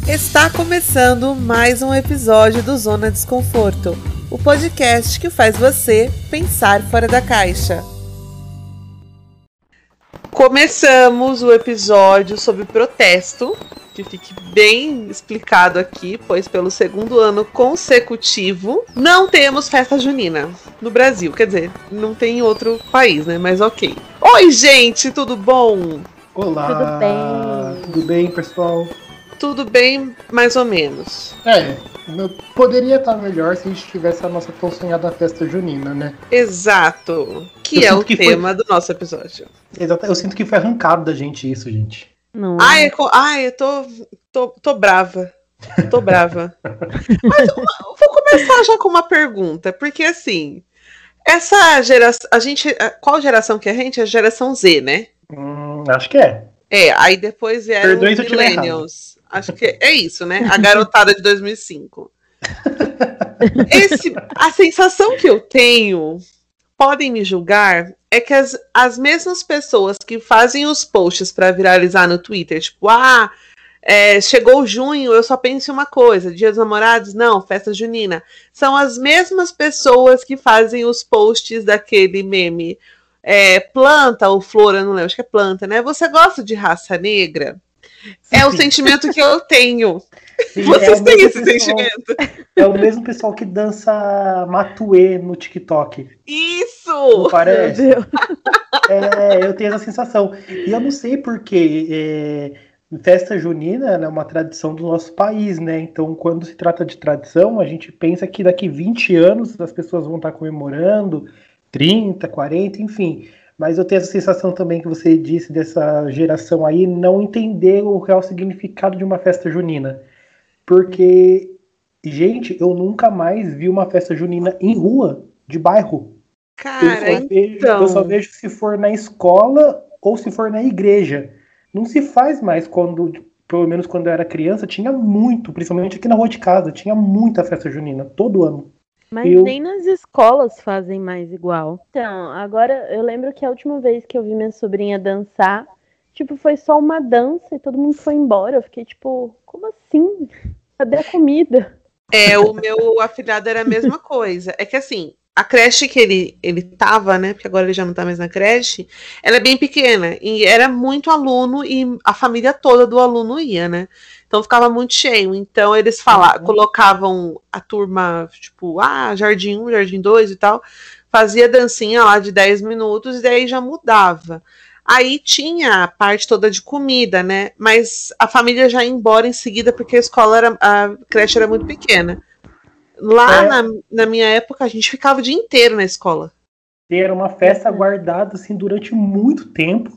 Está começando mais um episódio do Zona Desconforto, o podcast que faz você pensar fora da caixa. Começamos o episódio sobre protesto, que fique bem explicado aqui, pois pelo segundo ano consecutivo não temos festa junina no Brasil. Quer dizer, não tem em outro país, né? Mas ok. Oi, gente, tudo bom? Olá! Tudo bem? Tudo bem, pessoal? Tudo bem, mais ou menos. Poderia estar melhor se a gente tivesse a nossa tão sonhada festa junina, né? Exato, que é o tema do nosso episódio. Exato, eu sinto que foi arrancado da gente isso, gente. Não. Eu tô brava. Tô brava. Mas vou começar já com uma pergunta, porque assim, essa geração, qual geração que a gente? É a geração Z, né? Acho que é. Aí depois vieram os millennials. Acho que é isso, né? A garotada de 2005. A sensação que eu tenho, podem me julgar, é que as mesmas pessoas que fazem os posts para viralizar no Twitter, tipo, chegou junho, eu só penso em uma coisa, Dia dos Namorados, não, festa junina, são as mesmas pessoas que fazem os posts daquele meme, planta ou flor, eu não lembro, acho que é planta, né? Você gosta de raça negra? É o sentimento que eu tenho. Sim, vocês têm esse sentimento? É o mesmo pessoal que dança matuê no TikTok. Isso! Não parece? Eu tenho essa sensação. E eu não sei porque festa junina é uma tradição do nosso país, né? Então, quando se trata de tradição, a gente pensa que daqui 20 anos as pessoas vão estar comemorando, 30, 40, enfim. Mas eu tenho essa sensação também que você disse dessa geração aí não entender o real significado de uma festa junina. Porque, gente, eu nunca mais vi uma festa junina em rua, de bairro. Cara, eu só vejo se for na escola ou se for na igreja. Não se faz mais pelo menos quando eu era criança, tinha muito, principalmente aqui na rua de casa, tinha muita festa junina, todo ano. Mas nem nas escolas fazem mais igual. Então, agora eu lembro que a última vez que eu vi minha sobrinha dançar, foi só uma dança e todo mundo foi embora. Eu fiquei tipo, como assim? Cadê a comida? O meu afilhado era a mesma coisa. É que assim, a creche que ele tava, né? Porque agora ele já não tá mais na creche, ela é bem pequena. E era muito aluno e a família toda do aluno ia, né? Então ficava muito cheio. Então eles colocavam a turma, tipo, Jardim 1, Jardim 2 e tal. Fazia dancinha lá de 10 minutos e daí já mudava. Aí tinha a parte toda de comida, né? Mas a família já ia embora em seguida porque a creche era muito pequena. Lá na minha época, a gente ficava o dia inteiro na escola. Era uma festa guardada assim durante muito tempo.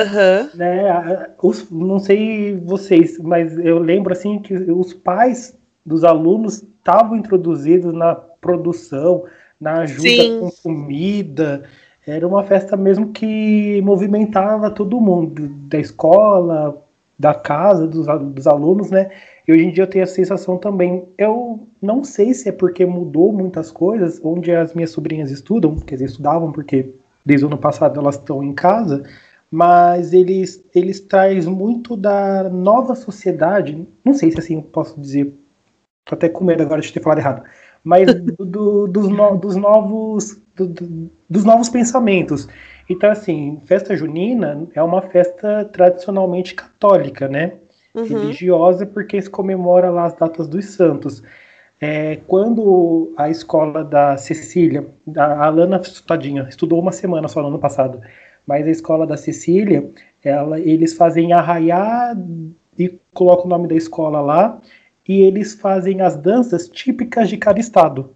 Né? Não sei vocês, mas eu lembro assim que os pais dos alunos estavam introduzidos na produção, na ajuda com comida. Era uma festa mesmo que movimentava todo mundo, da escola, da casa, dos alunos, né? E hoje em dia eu tenho a sensação também. Eu não sei se é porque mudou muitas coisas, onde as minhas sobrinhas estudam, quer dizer, estudavam porque desde o ano passado elas estão em casa, mas eles trazem muito da nova sociedade, não sei se assim eu posso dizer, tô até com medo agora de ter falado errado, mas dos novos pensamentos. Então, assim, festa junina é uma festa tradicionalmente católica, né? Religiosa, porque se comemora lá as datas dos santos. Quando a escola da Cecília, a Alana, tadinha, estudou uma semana só no ano passado, mas a escola da Cecília, eles fazem arraiá e colocam o nome da escola lá, e eles fazem as danças típicas de cada estado.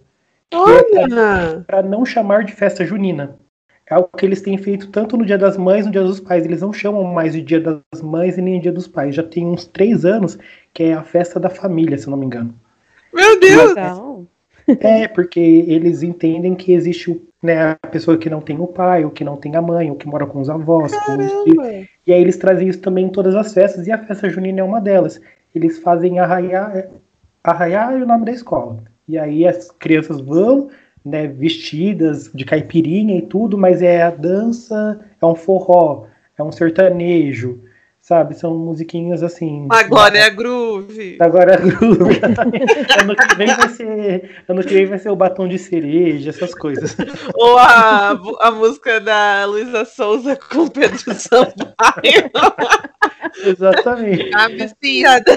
Para não chamar de festa junina. É algo que eles têm feito tanto no Dia das Mães, no Dia dos Pais. Eles não chamam mais de Dia das Mães e nem de Dia dos Pais. Já tem uns 3 anos que é a festa da família, se eu não me engano. Meu Deus! Porque eles entendem que existe a pessoa que não tem o pai, ou que não tem a mãe, ou que mora com os avós. E aí eles trazem isso também em todas as festas, e a festa junina é uma delas. Eles fazem arraiar e o nome da escola. E aí as crianças vão, né, vestidas de caipirinha e tudo, mas é a dança, é um forró, é um sertanejo, sabe? São musiquinhas assim. Agora é groove. Agora é groove. Ano que vem vai ser o Batom de Cereja, essas coisas. Ou a música da Luísa Souza com Pedro Sampaio. Exatamente. A viciada.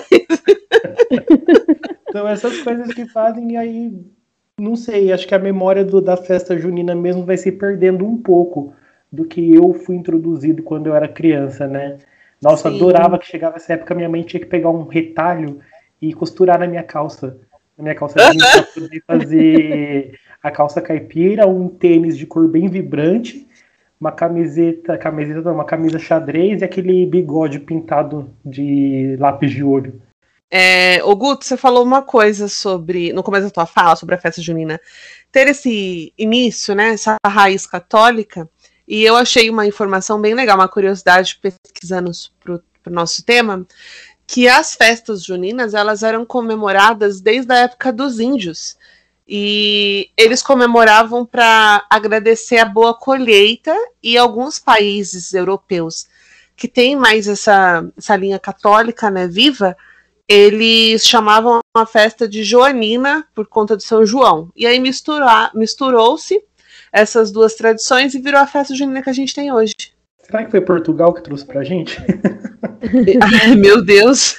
Então essas coisas que fazem, e aí, não sei, acho que a memória da festa junina mesmo vai se perdendo um pouco do que eu fui introduzido quando eu era criança, né? Nossa, Sim. adorava que chegava essa época, minha mãe tinha que pegar um retalho e costurar na minha calça jeans, pra poder fazer a calça caipira, um tênis de cor bem vibrante, uma uma camisa xadrez e aquele bigode pintado de lápis de olho. Ô Guto, você falou uma coisa no começo da tua fala, sobre a festa junina ter esse início, né, essa raiz católica, e eu achei uma informação bem legal, uma curiosidade pesquisando pro nosso tema, que as festas juninas, elas eram comemoradas desde a época dos índios, e eles comemoravam para agradecer a boa colheita, e alguns países europeus que têm mais essa linha católica, né, viva, eles chamavam a festa de Joanina por conta de São João. E aí misturou-se essas duas tradições e virou a festa junina que a gente tem hoje. Será que foi Portugal que trouxe pra gente? Ai, meu Deus!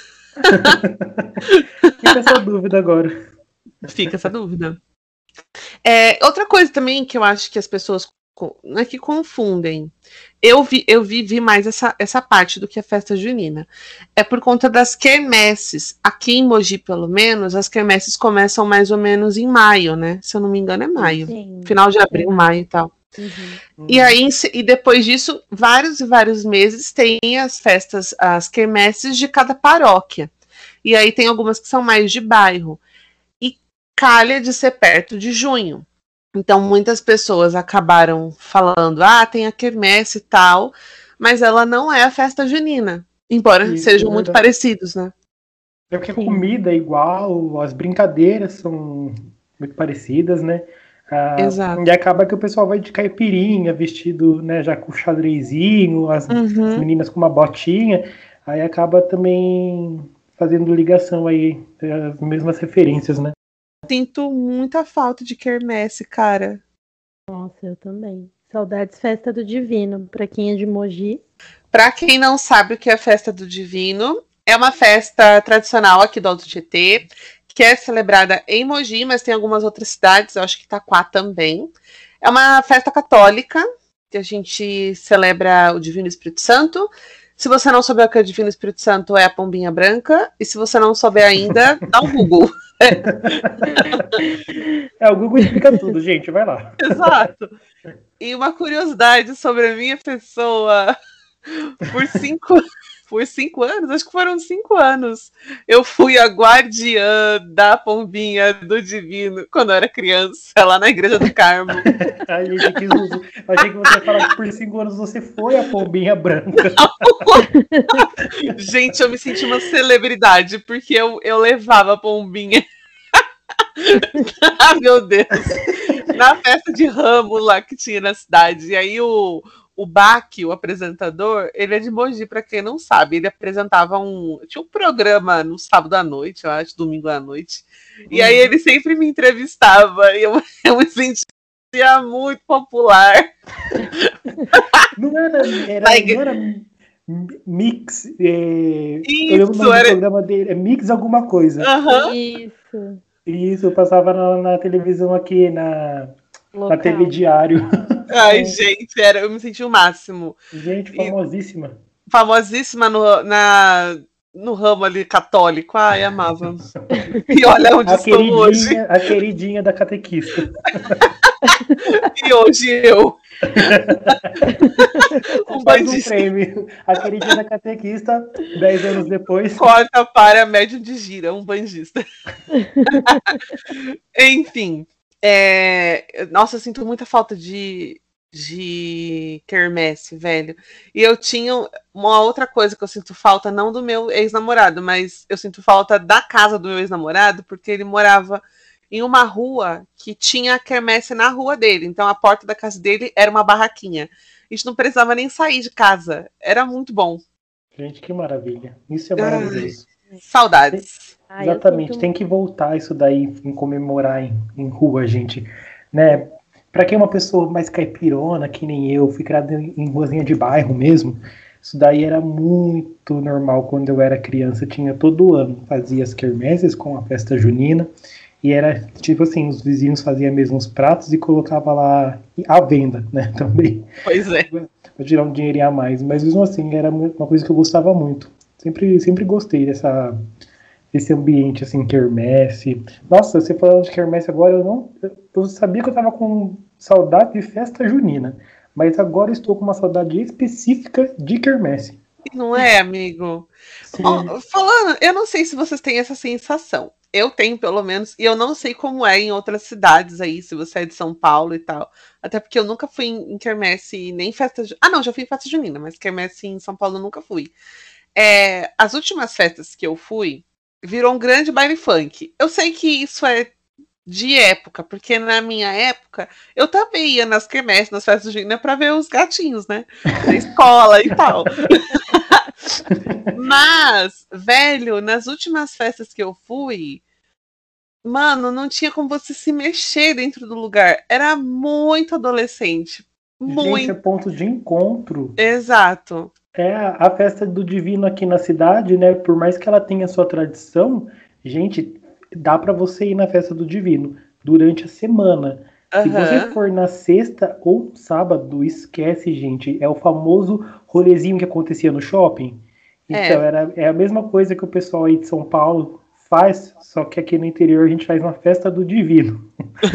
Fica essa dúvida agora. Fica essa dúvida. Outra coisa também que eu acho que as pessoas não é que confundem. Eu vi mais essa parte do que a festa junina. É por conta das quermesses. Aqui em Mogi, pelo menos, as quermesses começam mais ou menos em maio, né? Se eu não me engano, é maio. Sim. Final de abril, maio e tal. Uhum. E aí, e depois disso, vários e vários meses tem as festas, as quermesses de cada paróquia. E aí tem algumas que são mais de bairro. E calha de ser perto de junho. Então, muitas pessoas acabaram falando, tem a quermesse e tal, mas ela não é a festa junina, embora sejam muito parecidos, né? É porque a comida é igual, as brincadeiras são muito parecidas, né? Exato. E acaba que o pessoal vai de caipirinha, vestido, né, já com xadrezinho, as meninas com uma botinha, aí acaba também fazendo ligação aí, as mesmas referências, né? Sinto muita falta de quermesse, cara. Nossa, eu também. Saudades Festa do Divino, pra quem é de Mogi. Pra quem não sabe o que é a Festa do Divino, é uma festa tradicional aqui do Alto Tietê, que é celebrada em Mogi, mas tem algumas outras cidades, eu acho que Itaquá também. É uma festa católica, que a gente celebra o Divino Espírito Santo. Se você não souber o que é o Divino Espírito Santo, é a pombinha branca. E se você não souber ainda, dá um Google. O Google explica tudo, gente, vai lá. Exato. E uma curiosidade sobre a minha pessoa, por 5 anos, acho que foram 5 anos, eu fui a guardiã da pombinha do Divino quando eu era criança, lá na Igreja do Carmo. Ai, gente, que zuzu. Achei que você ia falar que por 5 anos você foi a pombinha branca. Gente, eu me senti uma celebridade, porque eu levava a pombinha. Meu Deus! Na festa de ramo lá que tinha na cidade. E aí o Bach, o apresentador, ele é de Mogi, pra quem não sabe. Ele apresentava tinha um programa no sábado à noite, eu acho, domingo à noite. E aí ele sempre me entrevistava. E eu me sentia muito popular. Não era Mix. Eu lembro do programa dele. É Mix alguma coisa. Isso, eu passava na televisão aqui, na TV Diário. Ai, gente, eu me senti o máximo. Gente, famosíssima. Famosíssima no ramo ali católico. Ai, amava. E olha onde estou hoje. A queridinha da catequista. E hoje eu. Um prêmio. A queridinha da catequista, 10 anos depois. Corta para médium de gira, um bandista. Enfim. Nossa, eu sinto muita falta de quermesse, velho. E eu tinha uma outra coisa que eu sinto falta, não do meu ex-namorado, mas eu sinto falta da casa do meu ex-namorado, porque ele morava em uma rua que tinha quermesse na rua dele. Então a porta da casa dele era uma barraquinha. A gente não precisava nem sair de casa. Era muito bom. Gente, que maravilha. Isso é maravilhoso. Saudades. Exatamente, tem que voltar isso daí em comemorar em rua, gente. Né? Pra quem é uma pessoa mais caipirona, que nem eu, fui criado em ruazinha de bairro mesmo, isso daí era muito normal quando eu era criança. Tinha todo ano, fazia as quermesses com a festa junina. E era tipo assim, os vizinhos faziam mesmo os pratos e colocava lá à venda, né? Também. Pois é. Pra tirar um dinheirinho a mais. Mas mesmo assim, era uma coisa que eu gostava muito. Sempre gostei desse ambiente, assim, quermesse. Nossa, você falando de quermesse agora, eu sabia que eu tava com saudade de festa junina. Mas agora eu estou com uma saudade específica de quermesse. Não é, amigo? Ó, falando, eu não sei se vocês têm essa sensação. Eu tenho, pelo menos, e eu não sei como é em outras cidades aí, se você é de São Paulo e tal. Até porque eu nunca fui em quermesse, nem festa. Ah, não, já fui em festa junina, mas quermesse em São Paulo eu nunca fui. As últimas festas que eu fui, virou um grande baile funk. Eu sei que isso é de época, porque na minha época eu também ia nas quermesses, nas festas juninas pra ver os gatinhos, né? Da escola e tal. Mas, velho, nas últimas festas que eu fui, mano, não tinha como você se mexer dentro do lugar. Era muito adolescente. Gente, é Muito. ponto de encontro. Exato. É a festa do Divino aqui na cidade, né? Por mais que ela tenha sua tradição, gente, dá para você ir na festa do Divino durante a semana. Se você for na sexta ou sábado, esquece, gente. É o famoso rolezinho que acontecia no shopping. Então, é a mesma coisa que o pessoal aí de São Paulo faz, só que aqui no interior a gente faz uma festa do Divino.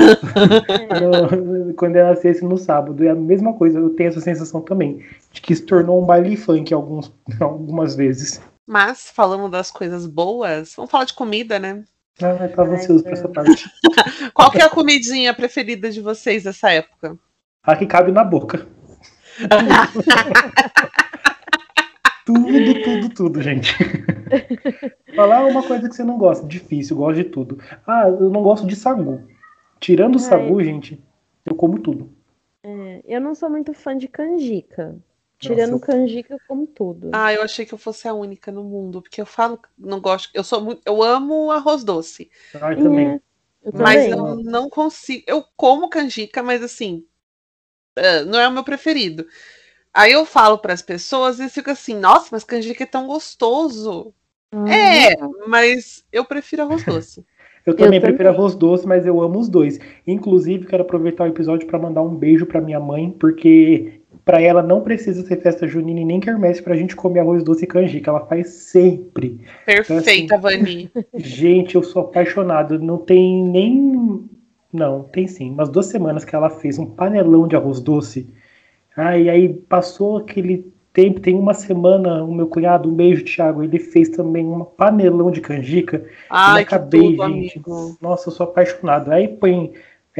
Quando ela nascesse no sábado. É a mesma coisa, eu tenho essa sensação também, de que se tornou um baile funk algumas vezes. Mas, falando das coisas boas, vamos falar de comida, né? Ah, eu tava ansioso pra essa parte. Qual que é a comidinha preferida de vocês dessa época? A que cabe na boca. Tudo, gente. Falar uma coisa que você não gosta, difícil, gosto de tudo. Ah, eu não gosto de sagu. Tirando o sagu, gente, eu como tudo. Eu não sou muito fã de canjica. Tirando canjica, eu como tudo. Ah, eu achei que eu fosse a única no mundo, porque eu falo, não gosto, eu amo arroz doce. Ah, eu também. Mas eu não consigo, eu como canjica, mas assim, não é o meu preferido. Aí eu falo para as pessoas e fico assim, nossa, mas canjica é tão gostoso. Mas eu prefiro arroz doce. Eu também prefiro arroz doce, mas eu amo os dois. Inclusive, quero aproveitar o episódio para mandar um beijo para minha mãe, porque para ela não precisa ser festa junina e nem quermesse pra gente comer arroz doce e canjica. Ela faz sempre. Perfeita, então, assim, Vani. Gente, eu sou apaixonado. Não tem nem... Não, tem sim. Umas 2 semanas que ela fez um panelão de arroz doce. E aí passou aquele tempo, tem uma semana, o meu cunhado, um beijo, Thiago, ele fez também um panelão de canjica. Ai, acabei, tudo, gente. Amigo. Nossa, eu sou apaixonado. Aí põe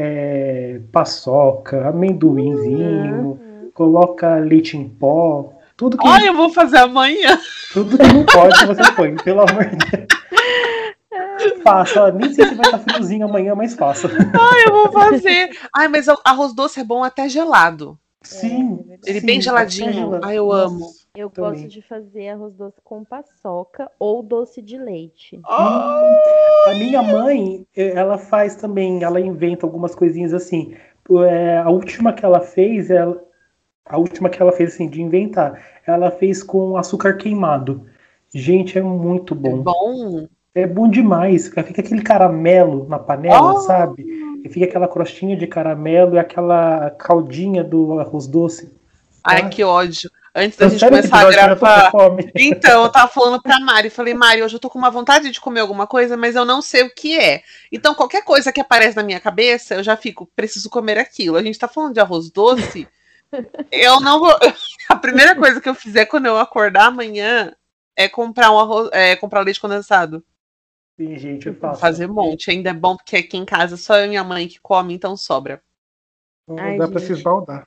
paçoca, amendoinzinho, coloca leite em pó. Tudo que. Eu vou fazer amanhã. Tudo que não pode, você põe, pelo amor de Deus. Faça, nem sei se vai estar friozinho amanhã, mas faça. Eu vou fazer. Mas arroz doce é bom até gelado. Sim. Ele bem geladinho. Eu amo. Eu gosto de fazer arroz doce com paçoca ou doce de leite. A minha mãe, ela faz também, ela inventa algumas coisinhas assim. A última que ela fez assim, de inventar, ela fez com açúcar queimado. Gente, é muito bom. É bom? É bom demais. Fica aquele caramelo na panela, sabe? E fica aquela crostinha de caramelo e aquela caldinha do arroz doce. Ai, que ódio. Antes da gente começar a gravar. Então, eu tava falando pra Mari. Falei, Mari, hoje eu tô com uma vontade de comer alguma coisa, mas eu não sei o que é. Então, qualquer coisa que aparece na minha cabeça, eu já fico, preciso comer aquilo. A gente tá falando de arroz doce. Eu não vou. A primeira coisa que eu fizer quando eu acordar amanhã é comprar comprar leite condensado. Sim, gente, eu faço. Fazer um monte. Ainda é bom porque aqui em casa só eu e minha mãe que come, então sobra. Não dá pra se esbaldar.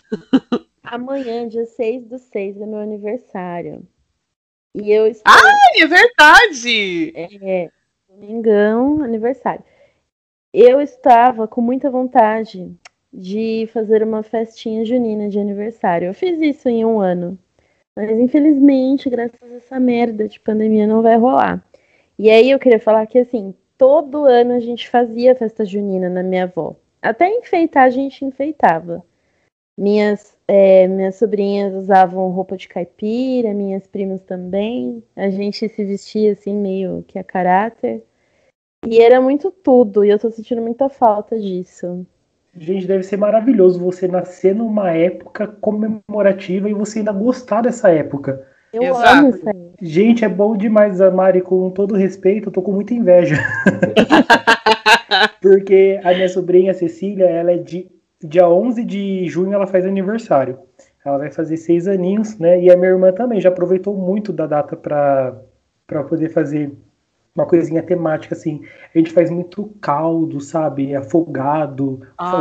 Amanhã, dia 6/6, é meu aniversário. E eu estou... Ai, é verdade! Domingão, aniversário. Eu estava com muita vontade de fazer uma festinha junina de aniversário. Eu fiz isso em um ano. Mas infelizmente, graças a essa merda de pandemia, não vai rolar. E aí eu queria falar que, assim, todo ano a gente fazia festa junina na minha avó. Até enfeitar a gente enfeitava. Minhas sobrinhas usavam roupa de caipira, minhas primas também. A gente se vestia assim, meio que a caráter. E era muito tudo, e eu tô sentindo muita falta disso. Gente, deve ser maravilhoso você nascer numa época comemorativa e você ainda gostar dessa época. Eu amo essa época. Gente, é bom demais, a Mari, com todo respeito, eu tô com muita inveja. Porque a minha sobrinha Cecília, ela é dia 11 de junho, ela faz aniversário. Ela vai fazer 6 aninhos, né? E a minha irmã também já aproveitou muito da data para poder fazer uma coisinha temática, assim. A gente faz muito caldo, sabe? Afogado.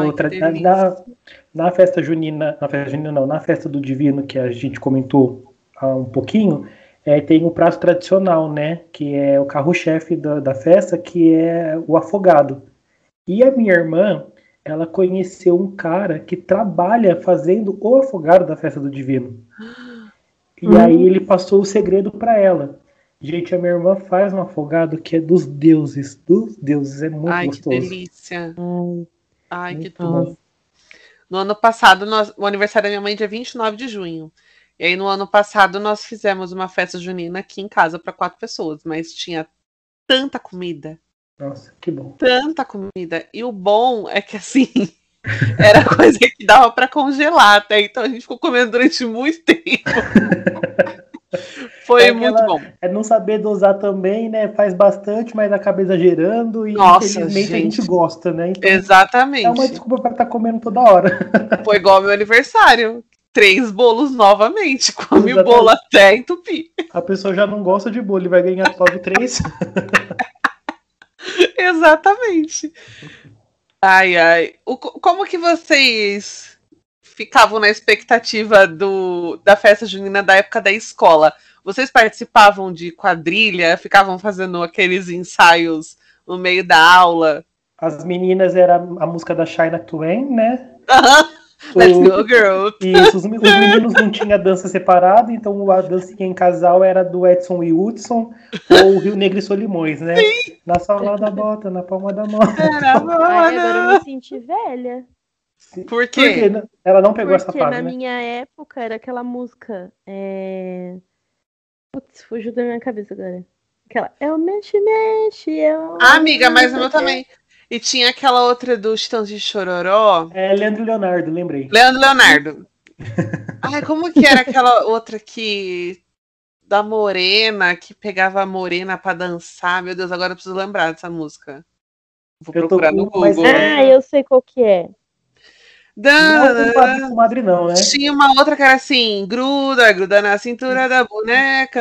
Na festa junina, na festa do Divino, que a gente comentou há um pouquinho, tem o prato tradicional, né? Que é o carro-chefe da festa, que é o afogado. E a minha irmã, ela conheceu um cara que trabalha fazendo o afogado da festa do Divino. E aí ele passou o segredo para ela. Gente, a minha irmã faz um afogado que é dos deuses, é muito gostoso. Ai, que delícia. Ai, que tudo. No ano passado, o aniversário da minha mãe é dia 29 de junho. E aí, no ano passado, nós fizemos uma festa junina aqui em casa para 4 pessoas, mas tinha tanta comida. Nossa, que bom. Tanta comida. E o bom é que, assim, era coisa que dava para congelar até. Então, a gente ficou comendo durante muito tempo. Foi muito bom. É não saber dosar também, né? Faz bastante, mas acaba exagerando. E infelizmente a gente gosta, né? Então, exatamente. É uma desculpa para estar comendo toda hora. Foi igual ao meu aniversário. 3 bolos novamente. Come o bolo até entupir. A pessoa já não gosta de bolo e vai ganhar só de 3. Exatamente. Ai, ai. Como que vocês ficavam na expectativa da festa junina da época da escola? Vocês participavam de quadrilha? Ficavam fazendo aqueles ensaios no meio da aula? As meninas era a música da Shania Twain, né? Let's go, girl. Isso, os meninos não tinham dança separada, então a dancinha em casal era do Edson e Hudson ou o Rio Negro e Solimões, né? Sim. Na sola da bota, na palma da mão. Ai, agora eu me senti velha. Por quê? Porque ela não pegou essa fase, na minha época era aquela música. Putz, fugiu da minha cabeça agora. Aquela. Eu mexe, eu. Amiga, mas o meu também. E tinha aquela outra do Chitãozinho de Chororó. Leandro e Leonardo, lembrei. Leandro e Leonardo. Ai, como que era aquela outra que... Da Morena, que pegava a Morena pra dançar. Meu Deus, agora eu preciso lembrar dessa música. Vou procurar no Google. Eu sei qual que é. Não, comadre não, né? Tinha uma outra que era assim, gruda na cintura da boneca,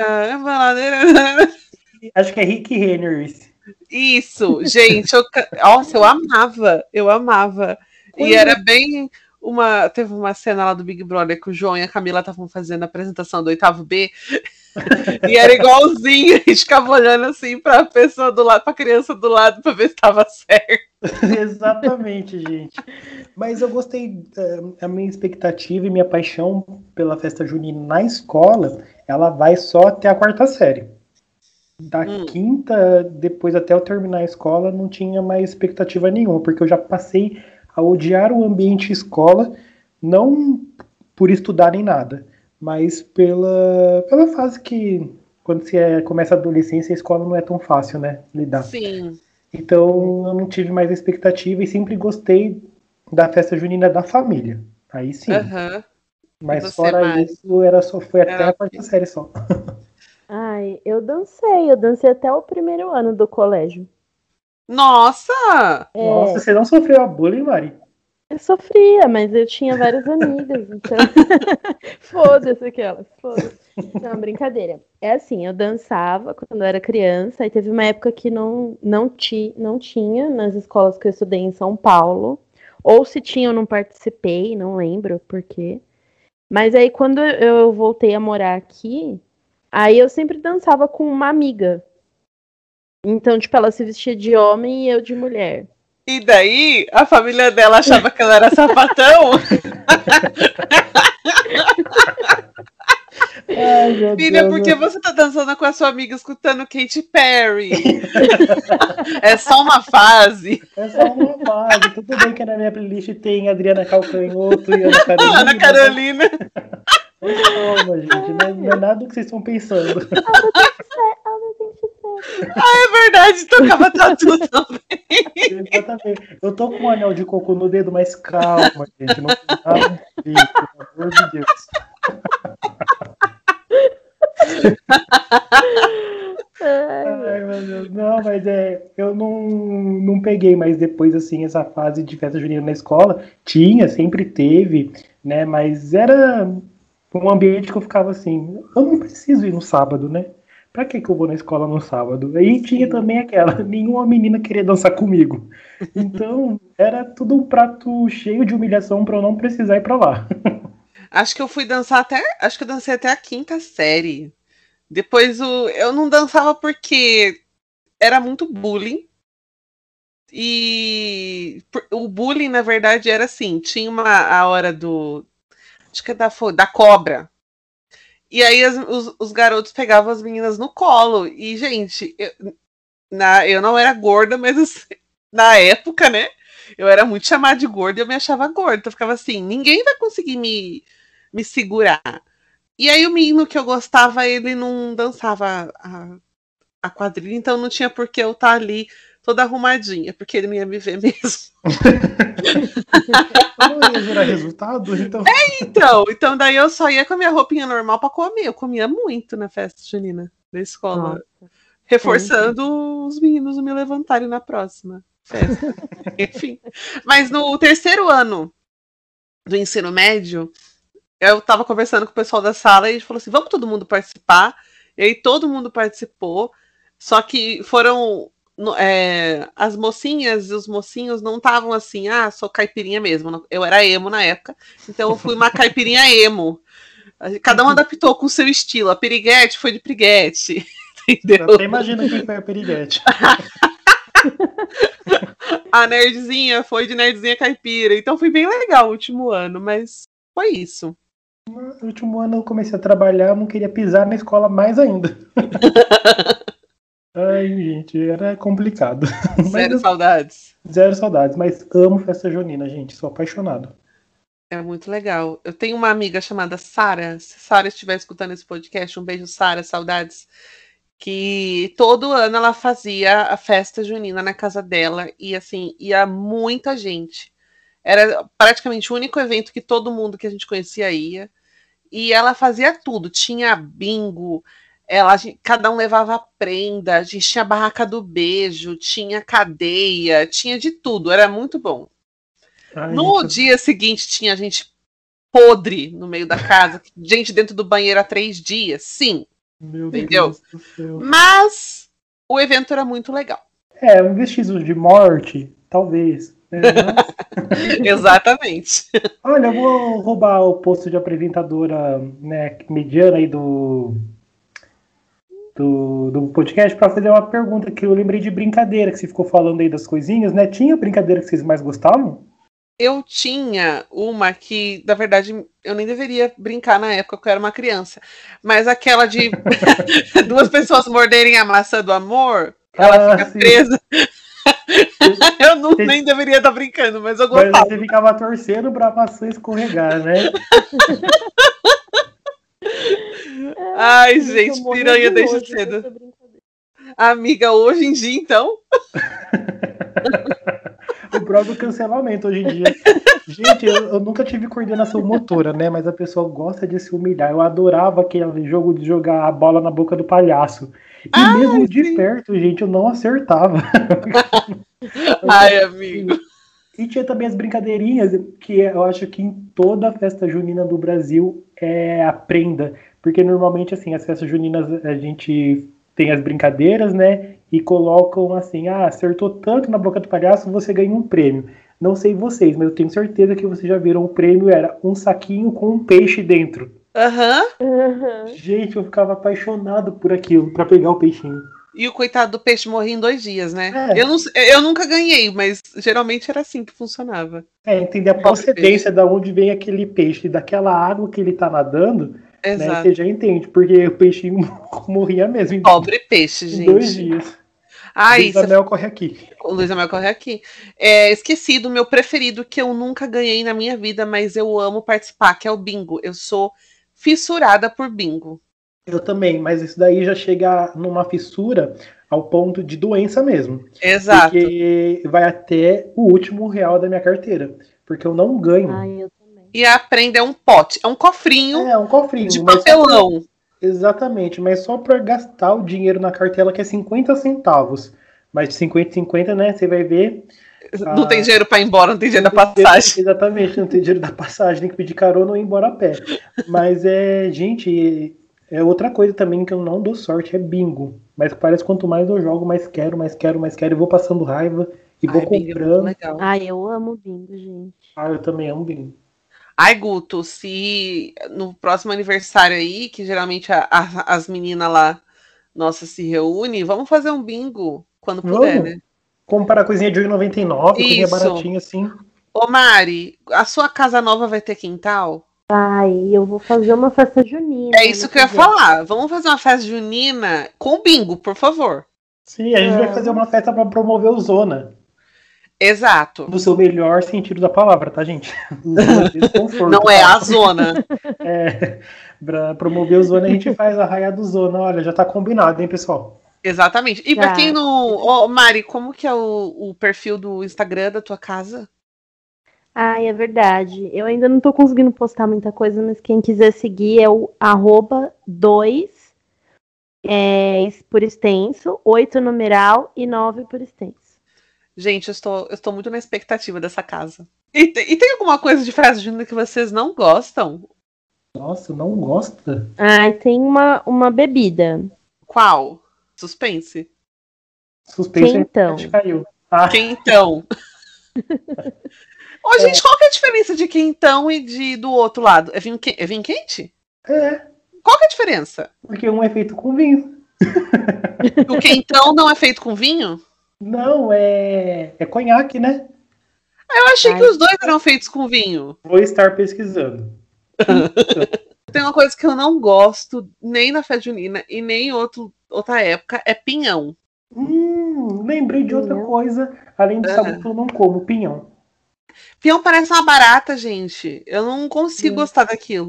Acho que é Rick Renner. Isso, gente, nossa, eu amava. E era bem teve uma cena lá do Big Brother que o João e a Camila estavam fazendo a apresentação do 8º B, e era igualzinho, a gente ficava olhando assim pra pessoa do lado, pra criança do lado, pra ver se tava certo. Exatamente, gente. Mas eu gostei, a minha expectativa e minha paixão pela festa junina na escola, ela vai só até a 4ª série. Da 5ª, depois até eu terminar a escola, não tinha mais expectativa nenhuma, porque eu já passei a odiar o ambiente escola, não por estudar nem nada, mas pela fase que, quando você começa a adolescência, a escola não é tão fácil, né, lidar. Sim. Então eu não tive mais expectativa e sempre gostei da festa junina da família. Aí sim. Mas fora isso, foi até a 4ª série só. Ai, eu dancei até o 1º ano do colégio. Nossa! Nossa, você não sofreu a bullying, Mari? Eu sofria, mas eu tinha várias amigas, então... Foda-se aquelas, foda-se. Não, brincadeira. É assim, eu dançava quando eu era criança, aí teve uma época que não tinha nas escolas que eu estudei em São Paulo, ou se tinha eu não participei, não lembro por quê. Mas aí quando eu voltei a morar aqui, aí eu sempre dançava com uma amiga. Então, tipo, ela se vestia de homem e eu de mulher. E daí, a família dela achava que ela era sapatão? Ai, meu Filha, Deus, porque você tá dançando com a sua amiga escutando Katy Perry? É só uma fase. É só uma fase. Tudo bem que na minha playlist tem Adriana Calcanhoto e Ana Carolina. Ana Carolina. Mas calma, gente. Não é nada do que vocês estão pensando. É verdade, tocava tatu também. Exatamente. Eu tô com um anel de coco no dedo, mas calma, gente. Não tem nada disso, pelo amor de Deus. Ai, meu Deus. Não, mas eu não peguei mais depois, assim, essa fase de festa junina na escola. Tinha, sempre teve, né? Mas era um ambiente que eu ficava assim, eu não preciso ir no sábado, né? Pra que eu vou na escola no sábado? Aí tinha também aquela, nenhuma menina queria dançar comigo. Então, era tudo um prato cheio de humilhação pra eu não precisar ir pra lá. Acho que eu fui dançar acho que eu dancei até a 5ª série. Depois eu não dançava porque era muito bullying. E o bullying, na verdade, era assim, tinha a hora acho que é da cobra. E aí os garotos pegavam as meninas no colo. E, gente, eu não era gorda, mas na época, né? Eu era muito chamada de gorda e eu me achava gorda. Então eu ficava assim, ninguém vai conseguir me segurar. E aí o menino que eu gostava, ele não dançava a quadrilha, então não tinha por que eu estar ali toda arrumadinha, porque ele não ia me ver mesmo. Não ia gerar resultado, então. Então daí eu só ia com a minha roupinha normal pra comer. Eu comia muito na festa junina da escola. Nossa. Reforçando os meninos me levantarem na próxima festa. Enfim. Mas no 3º ano do ensino médio, eu tava conversando com o pessoal da sala e a gente falou assim, vamos todo mundo participar. E aí todo mundo participou. Só que foram... as mocinhas e os mocinhos não estavam assim, sou caipirinha mesmo. Eu era emo na época, então eu fui uma caipirinha emo. Cada um adaptou com o seu estilo. A piriguete foi de piriguete. Entendeu? Eu até imagino quem foi a piriguete. A nerdzinha foi de nerdzinha caipira. Então foi bem legal o último ano, mas foi isso. No último ano eu comecei a trabalhar, eu não queria pisar na escola mais ainda. Ai, gente, era complicado. Zero saudades. Zero saudades, mas amo festa junina, gente, sou apaixonado. É muito legal. Eu tenho uma amiga chamada Sara. Se Sara estiver escutando esse podcast, um beijo, Sara, saudades. Que todo ano ela fazia a festa junina na casa dela e assim, ia muita gente. Era praticamente o único evento que todo mundo que a gente conhecia ia. E ela fazia tudo, tinha bingo, cada um levava prenda, a gente tinha a barraca do beijo, tinha cadeia, tinha de tudo, era muito bom. No dia seguinte tinha gente podre no meio da casa, gente dentro do banheiro há 3 dias, sim. Meu entendeu? Deus do céu. Mas o evento era muito legal. Um vestígio de morte, talvez. Exatamente. Olha, eu vou roubar o posto de apresentadora, né, mediana aí do podcast para fazer uma pergunta que eu lembrei de brincadeira, que você ficou falando aí das coisinhas, né? Tinha brincadeira que vocês mais gostavam? Eu tinha uma que, na verdade, eu nem deveria brincar na época, porque eu era uma criança. Mas aquela de 2 pessoas morderem a maçã do amor, ela fica presa. Eu nem deveria estar brincando, mas eu gostava. Mas você ficava torcendo pra maçã escorregar, né? Ai, gente, piranha desde cedo. Amiga, hoje em dia, então... O próprio cancelamento hoje em dia. Gente, eu nunca tive coordenação motora, né? Mas a pessoa gosta de se humilhar. Eu adorava aquele jogo de jogar a bola na boca do palhaço. E mesmo de perto, gente, eu não acertava. Ai, amigo. E tinha também as brincadeirinhas, que eu acho que em toda festa junina do Brasil é a prenda. Porque normalmente, assim, as festas juninas a gente tem as brincadeiras, né? E colocam assim, acertou tanto na boca do palhaço, você ganha um prêmio. Não sei vocês, mas eu tenho certeza que vocês já viram o prêmio, era um saquinho com um peixe dentro. Gente, eu ficava apaixonado por aquilo, pra pegar o peixinho. E o coitado do peixe morria em 2 dias, né? Eu nunca ganhei, mas geralmente era assim que funcionava. Entender a procedência de onde vem aquele peixe, daquela água que ele tá nadando. Né? Você já entende, porque o peixinho morria mesmo. Pobre peixe, gente. 2 dias. Luiz Amel corre aqui. O Luiz Amel corre aqui. Esqueci do meu preferido, que eu nunca ganhei na minha vida, mas eu amo participar, que é o bingo. Eu sou fissurada por bingo. Eu também, mas isso daí já chega numa fissura ao ponto de doença mesmo. Exato. Porque vai até o último real da minha carteira. Porque eu não ganho. Eu também. E a prenda é um pote, é um cofrinho. Um cofrinho. De papelão. Exatamente, mas só para gastar o dinheiro na cartela, que é 50 centavos. Mas de 50 em 50, né, você vai ver... Não tem dinheiro para ir embora, não tem dinheiro da passagem. Exatamente, não tem dinheiro da passagem, tem que pedir carona ou ir embora a pé. Mas gente, é outra coisa também que eu não dou sorte, é bingo. Mas parece que quanto mais eu jogo, mais quero, e vou passando raiva e vou comprando. Legal. Eu amo bingo, gente. Eu também amo bingo. Ai, Guto, se no próximo aniversário aí, que geralmente as meninas lá, nossa, se reúnem, vamos fazer um bingo quando puder, né? Comprar coisinha de R$1,99, coisinha baratinha assim. Ô Mari, a sua casa nova vai ter quintal? Eu vou fazer uma festa junina. É isso que eu ia falar. Vamos fazer uma festa junina com bingo, por favor. Sim, a gente vai fazer uma festa para promover o Zona. Exato. No seu melhor sentido da palavra, tá, gente? Não é a zona. Pra promover o Zona, a gente faz a raia do Zona. Olha, já tá combinado, hein, pessoal? Exatamente. E pra quem não... Mari, como que é o perfil do Instagram da tua casa? É verdade. Eu ainda não tô conseguindo postar muita coisa, mas quem quiser seguir é o @2 por extenso, 8 numeral e 9 por extenso. Gente, eu estou muito na expectativa dessa casa. E tem alguma coisa de festa junina que vocês não gostam? Nossa, não gosta? Tem uma bebida. Qual? Suspense. Quentão. Caiu. Quentão. Gente, qual que é a diferença de quentão e do outro lado? É vinho quente? Qual que é a diferença? Porque um é feito com vinho. O quentão não é feito com vinho? Não, é conhaque, né? Eu achei que os dois eram feitos com vinho. Vou estar pesquisando. Tem uma coisa que eu não gosto, nem na festa junina e nem em outra época, é pinhão. Lembrei de outra coisa, além do sabor que eu não como, pinhão. Pinhão parece uma barata, gente. Eu não consigo gostar daquilo.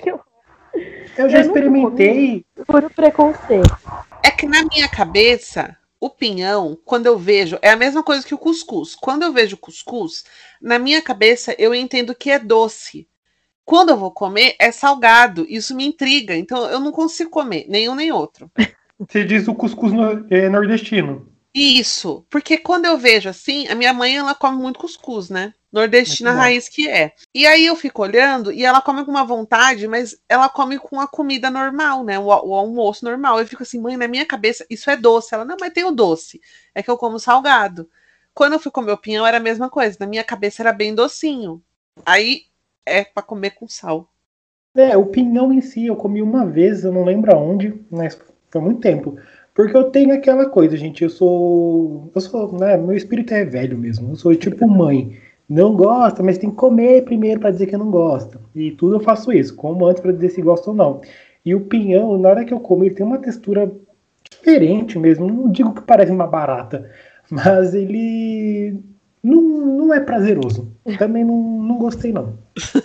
Eu já experimentei. Por preconceito. É que na minha cabeça, o pinhão, quando eu vejo, é a mesma coisa que o cuscuz. Quando eu vejo cuscuz, na minha cabeça eu entendo que é doce. Quando eu vou comer, é salgado. Isso me intriga. Então eu não consigo comer nenhum nem outro. Você diz o cuscuz nordestino. Isso. Porque quando eu vejo assim, a minha mãe, ela come muito cuscuz, né? Nordestina raiz que é. E aí eu fico olhando e ela come com uma vontade, mas ela come com a comida normal, né? O almoço normal. Eu fico assim, mãe, na minha cabeça isso é doce. Ela, não, mas tem o doce. É que eu como salgado. Quando eu fui comer o pinhão era a mesma coisa. Na minha cabeça era bem docinho. Aí é pra comer com sal. O pinhão em si eu comi uma vez, eu não lembro aonde, mas foi muito tempo. Porque eu tenho aquela coisa, gente, eu sou, né, meu espírito é velho mesmo. Eu sou tipo mãe. Não gosta, mas tem que comer primeiro para dizer que não gosta. E tudo eu faço isso, como antes para dizer se gosta ou não. E o pinhão, na hora que eu como, ele tem uma textura diferente mesmo. Não digo que parece uma barata, mas ele não é prazeroso. Também não gostei, não.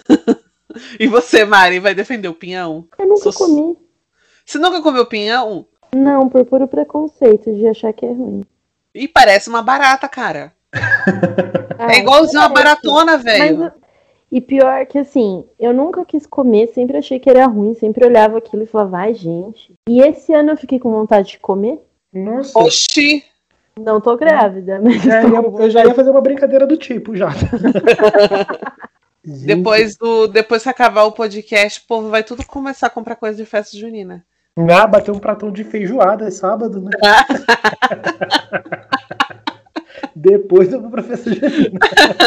E você, Mari, vai defender o pinhão? Eu nunca comi. Você nunca comeu pinhão? Não, por puro preconceito de achar que é ruim. E parece uma barata, cara. É igualzinho uma baratona, velho. E pior que assim, eu nunca quis comer, sempre achei que era ruim, sempre olhava aquilo e falava, vai, gente. E esse ano eu fiquei com vontade de comer. Nossa. Oxi! Não tô grávida, mas eu já ia fazer uma brincadeira do tipo, já. Depois que acabar o podcast, o povo vai tudo começar a comprar coisa de festa junina. Bater um pratão de feijoada, é sábado, né? Depois eu vou pra festa junina.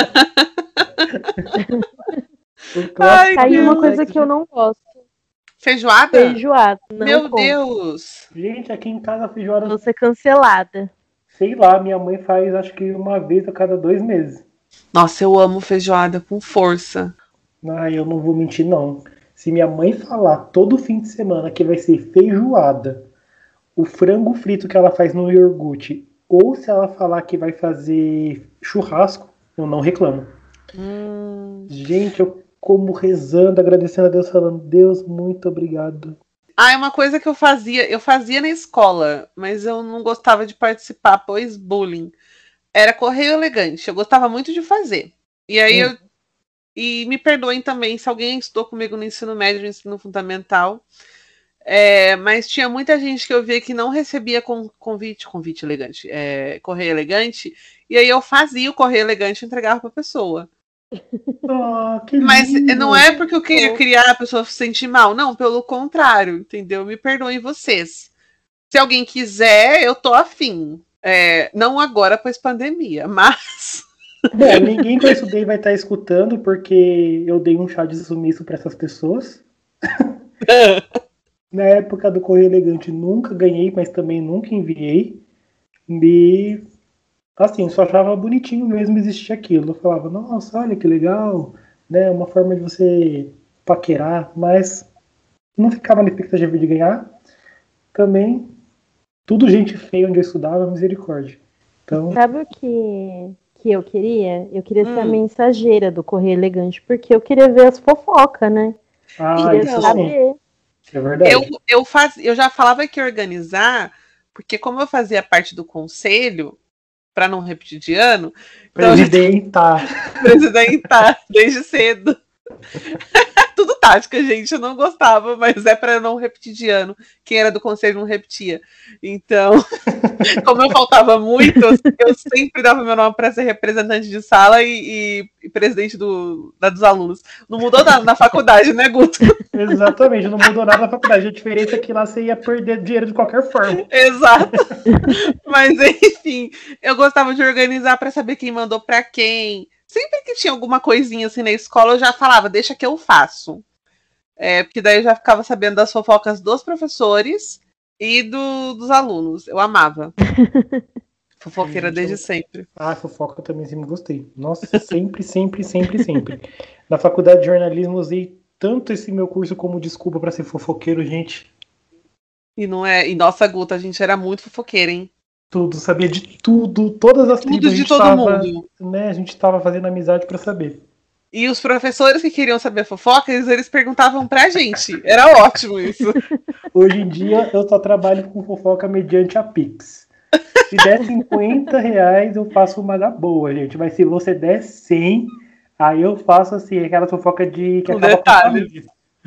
Aí uma coisa que eu não gosto. Feijoada? Feijoada. Meu Deus! Gente, aqui em casa a feijoada... Vou ser cancelada. Sei lá, minha mãe faz acho que uma vez a cada 2 meses. Nossa, eu amo feijoada com força. Eu não vou mentir, não. Se minha mãe falar todo fim de semana que vai ser feijoada, o frango frito que ela faz no iogurte, ou se ela falar que vai fazer churrasco, eu não reclamo. Gente, eu como rezando, agradecendo a Deus, falando, Deus, muito obrigado. É uma coisa que eu fazia na escola, mas eu não gostava de participar, pois bullying. Era correio elegante, eu gostava muito de fazer. E aí e me perdoem também se alguém estudou comigo no ensino médio, no ensino fundamental. Mas tinha muita gente que eu via que não recebia convite elegante, correio elegante, e aí eu fazia o correio elegante e entregava para a pessoa. Mas não é porque eu queria criar a pessoa se sentir mal, não, pelo contrário, entendeu? Me perdoem vocês. Se alguém quiser, eu tô afim. Não agora, pois pandemia, mas... Bom, ninguém que eu estudei vai estar escutando, porque eu dei um chá de sumiço para essas pessoas. Na época do Correio Elegante nunca ganhei, mas também nunca enviei. E assim, só achava bonitinho mesmo existir aquilo. Eu falava, nossa, olha que legal, né? Uma forma de você paquerar, mas não ficava na expectativa de ganhar. Também, tudo gente feia onde eu estudava, misericórdia. Então... Sabe o que eu queria? Eu queria ser a mensageira do Correio Elegante, porque eu queria ver as fofocas, né? Isso saber. Sim. É verdade. Eu já falava que ia organizar, porque como eu fazia parte do conselho, para não repetir de ano... Presidentar, desde cedo. Tudo tática, gente. Eu não gostava, mas é para não repetir de ano. Quem era do conselho não repetia. Então, como eu faltava muito, eu sempre dava meu nome para ser representante de sala e presidente dos alunos. Não mudou nada na faculdade, né, Guto? Exatamente, não mudou nada na faculdade. A diferença é que lá você ia perder dinheiro de qualquer forma. Exato. Mas, enfim, eu gostava de organizar para saber quem mandou para quem. Sempre que tinha alguma coisinha assim na escola, eu já falava, deixa que eu faço. Porque daí eu já ficava sabendo das fofocas dos professores e dos alunos. Eu amava. Fofoqueira desde sempre. Fofoca eu também sempre gostei. Nossa, sempre. Na faculdade de jornalismo usei tanto esse meu curso como desculpa para ser fofoqueiro, gente. E não é. E nossa, Guta, a gente era muito fofoqueira, hein? Tudo, sabia de tudo, todas as tribos de todo mundo. Né, a gente tava fazendo amizade para saber. E os professores que queriam saber fofoca, eles perguntavam pra gente. Era ótimo isso. Hoje em dia, eu só trabalho com fofoca mediante a Pix. Se der R$50, eu faço uma da boa, gente. Mas se você der 100, aí eu faço assim, aquela fofoca de que com acaba detalhes.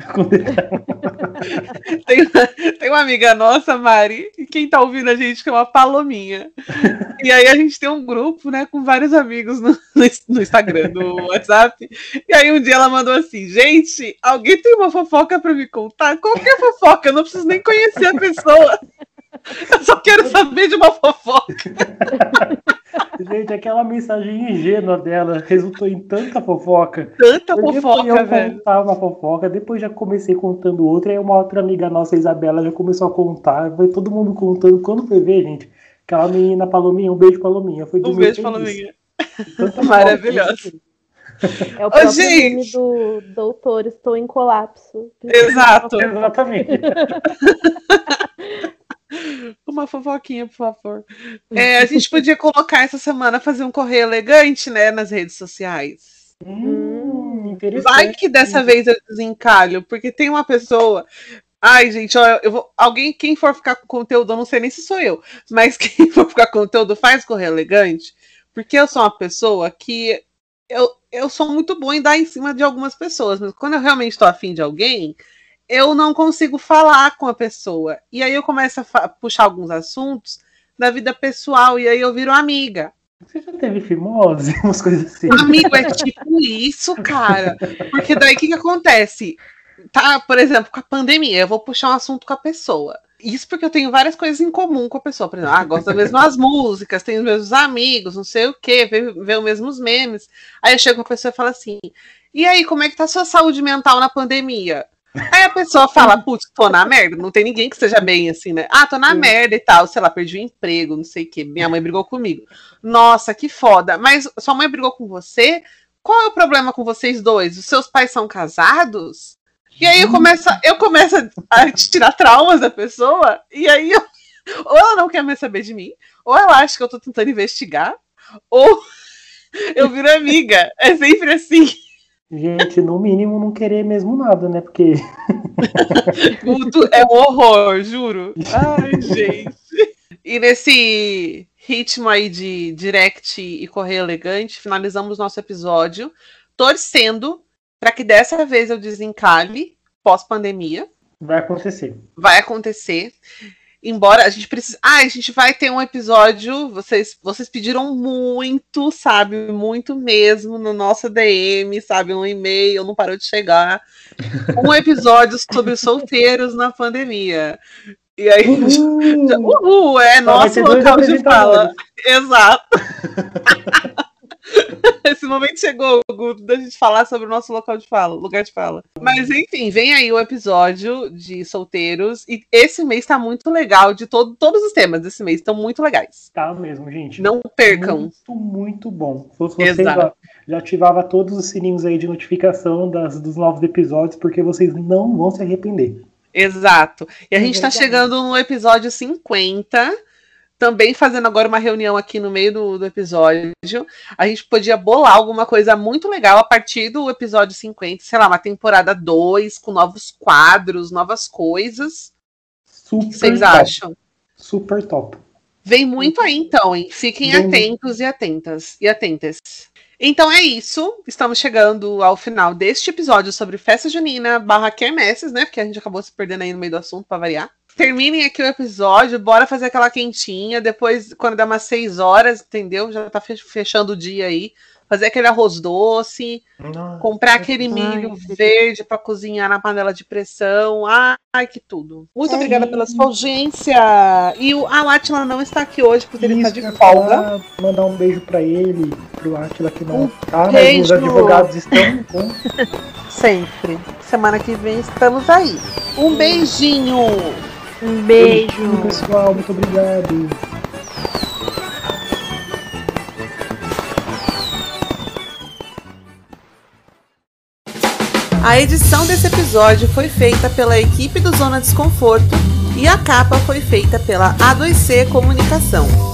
Tem uma amiga nossa, Mari, e quem tá ouvindo a gente chama Palominha. E aí a gente tem um grupo, né, com vários amigos no Instagram, no WhatsApp. E aí um dia ela mandou assim, gente, alguém tem uma fofoca pra me contar? Qualquer fofoca, eu não preciso nem conhecer a pessoa. Eu só quero saber de uma fofoca. Gente, aquela mensagem ingênua dela resultou em tanta fofoca. Tanta fofoca, velho. Eu contava uma fofoca, depois já comecei contando outra, aí uma outra amiga nossa, a Isabela, já começou a contar, foi todo mundo contando. Quando foi ver, gente, aquela menina Palominha, um beijo, Palominha. Foi um beijo, Palominha. Maravilhosa. É o próprio nome do doutor, estou em colapso. Exato. Exatamente. Uma fofoquinha, por favor. A gente podia colocar essa semana, fazer um correio elegante, né, nas redes sociais. Interessante. Vai que dessa vez eu desencalho, porque tem uma pessoa... Ai, gente, ó, quem for ficar com conteúdo, eu não sei nem se sou eu, mas quem for ficar com conteúdo, faz correio elegante, porque eu sou uma pessoa que... Eu sou muito boa em dar em cima de algumas pessoas, mas quando eu realmente estou afim de alguém... eu não consigo falar com a pessoa. E aí eu começo a puxar alguns assuntos da vida pessoal, e aí eu viro amiga. Você já teve fimose? Umas coisas assim. Amigo, é tipo isso, cara. Porque daí o que acontece? Tá, por exemplo, com a pandemia, eu vou puxar um assunto com a pessoa. Isso porque eu tenho várias coisas em comum com a pessoa. Por exemplo, gosto das mesmas músicas, tenho os mesmos amigos, não sei o quê, vê os mesmos memes. Aí eu chego com a pessoa e falo assim, e aí, como é que tá a sua saúde mental na pandemia? Aí a pessoa fala, putz, tô na merda, não tem ninguém que seja bem assim, né? Tô na merda e tal, sei lá, perdi o emprego, não sei o quê, minha mãe brigou comigo. Nossa, que foda, mas sua mãe brigou com você? Qual é o problema com vocês dois? Os seus pais são casados? E aí eu começo a tirar traumas da pessoa, e aí ou ela não quer mais saber de mim, ou ela acha que eu tô tentando investigar, ou eu viro amiga. É sempre assim. Gente, no mínimo não querer mesmo nada, né? Porque. É um horror, juro. Ai, gente. E nesse ritmo aí de direct e correio elegante, finalizamos nosso episódio torcendo para que dessa vez eu desencalhe pós-pandemia. Vai acontecer. Vai acontecer. Embora a gente precise. A gente vai ter um episódio. Vocês pediram muito, sabe? Muito mesmo no nosso DM, sabe? Um e-mail, não parou de chegar. Um episódio sobre solteiros na pandemia. E aí, é nosso local de fala. Exato. Esse momento chegou, Gu, da gente falar sobre o nosso lugar de fala. Mas enfim, vem aí o episódio de solteiros. E esse mês tá muito legal. Todos os temas desse mês estão muito legais. Tá mesmo, gente. Não percam. Muito, muito bom. Se vocês já ativava todos os sininhos aí de notificação dos novos episódios, porque vocês não vão se arrepender. Exato. E a gente tá chegando no episódio 50. Também fazendo agora uma reunião aqui no meio do episódio. A gente podia bolar alguma coisa muito legal a partir do episódio 50. Sei lá, uma temporada 2 com novos quadros, novas coisas. O que vocês acham? Super top. Vem muito aí então, hein? Fiquem atentos e atentas. E atentas. Então é isso. Estamos chegando ao final deste episódio sobre festa junina / quermesses, né? Porque a gente acabou se perdendo aí no meio do assunto, pra variar. Terminem aqui o episódio, bora fazer aquela quentinha. Depois, quando der umas 6 horas, entendeu? Já tá fechando o dia aí. Fazer aquele arroz doce. Comprar aquele milho verde pra cozinhar na panela de pressão. Ai, que tudo. Muito obrigada pela sua audiência. E a Átila não está aqui hoje, porque ele está de folga. Mandar um beijo pra ele, pro Átila que não tá, mas os advogados estão com... Sempre. Semana que vem estamos aí. Um beijinho. Um beijo. Pessoal, muito obrigado. A edição desse episódio foi feita pela equipe do Zona Desconforto e a capa foi feita pela A2C Comunicação.